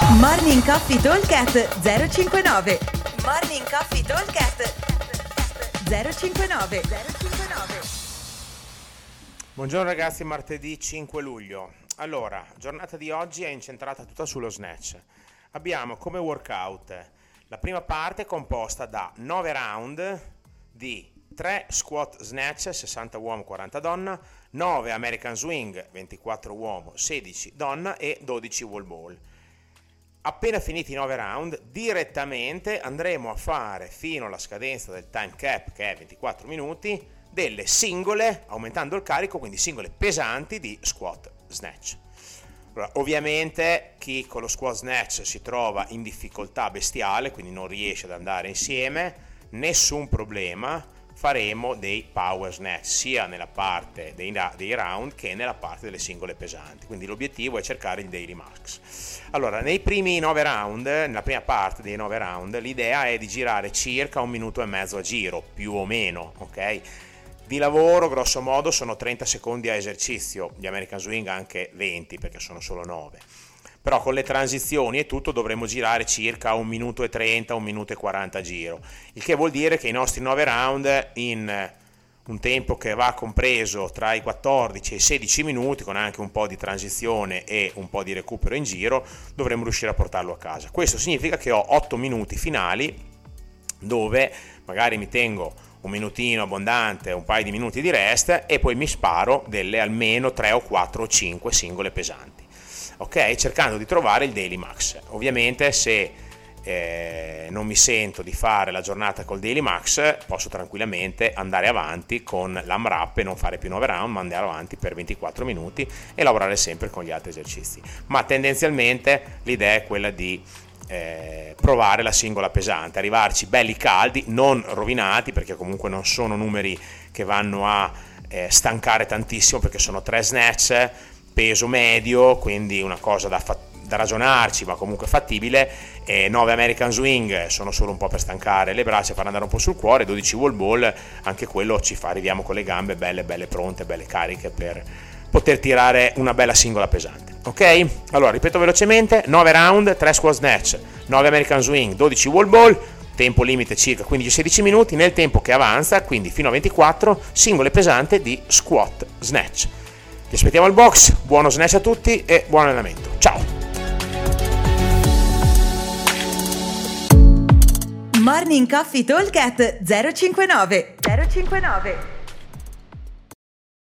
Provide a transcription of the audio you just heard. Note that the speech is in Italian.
Morning Coffee Talkcast 059. Morning Coffee Talkcast 059. Buongiorno ragazzi, martedì 5 luglio. Allora, giornata di oggi è incentrata tutta sullo snatch. Abbiamo come workout la prima parte composta da 9 round di 3 squat snatch, 60 uomo, 40 donna, 9 American swing, 24 uomo, 16 donna e 12 wall ball. Appena finiti i 9 round, direttamente andremo a fare fino alla scadenza del time cap, che è 24 minuti, delle singole, aumentando il carico, quindi singole pesanti di squat snatch. Allora, ovviamente chi con lo squat snatch si trova in difficoltà bestiale, quindi non riesce ad andare insieme, nessun problema, faremo dei power snatch sia nella parte dei round che nella parte delle singole pesanti, quindi l'obiettivo è cercare il daily max. Allora, nei primi 9 round, nella prima parte dei 9 round, l'idea è di girare circa 1 minuto e mezzo a giro, più o meno, ok? Di lavoro, grosso modo, sono 30 secondi a esercizio, gli American Swing anche 20 perché sono solo 9. Però con le transizioni e tutto dovremo girare circa 1 minuto e 30, 1 minuto e 40 a giro, il che vuol dire che i nostri 9 round in un tempo che va compreso tra i 14 e i 16 minuti, con anche un po' di transizione e un po' di recupero in giro, dovremo riuscire a portarlo a casa. Questo significa che ho 8 minuti finali dove magari mi tengo un minutino abbondante, un paio di minuti di rest e poi mi sparo delle almeno 3 o 4 o 5 singole pesanti, ok? Cercando di trovare il daily max. Ovviamente se non mi sento di fare la giornata col daily max, posso tranquillamente andare avanti con l'AMRAP e non fare più 9 round, ma andare avanti per 24 minuti e lavorare sempre con gli altri esercizi. Ma tendenzialmente l'idea è quella di provare la singola pesante, arrivarci belli caldi, non rovinati, perché comunque non sono numeri che vanno a stancare tantissimo, perché sono 3 snatch, peso medio, quindi una cosa da ragionarci, ma comunque fattibile. 9 American swing sono solo un po' per stancare le braccia, far andare un po' sul cuore. 12 wall ball, anche quello ci fa, arriviamo con le gambe belle pronte, belle cariche per poter tirare una bella singola pesante, ok? Allora, ripeto velocemente: 9 round, 3 squat snatch, 9 American swing, 12 wall ball, tempo limite circa 15-16 minuti. Nel tempo che avanza, quindi fino a 24, singole pesante di squat snatch. Ti aspettiamo al box, buono snatch a tutti e buon allenamento, ciao! Morning Coffee Talkcast 059.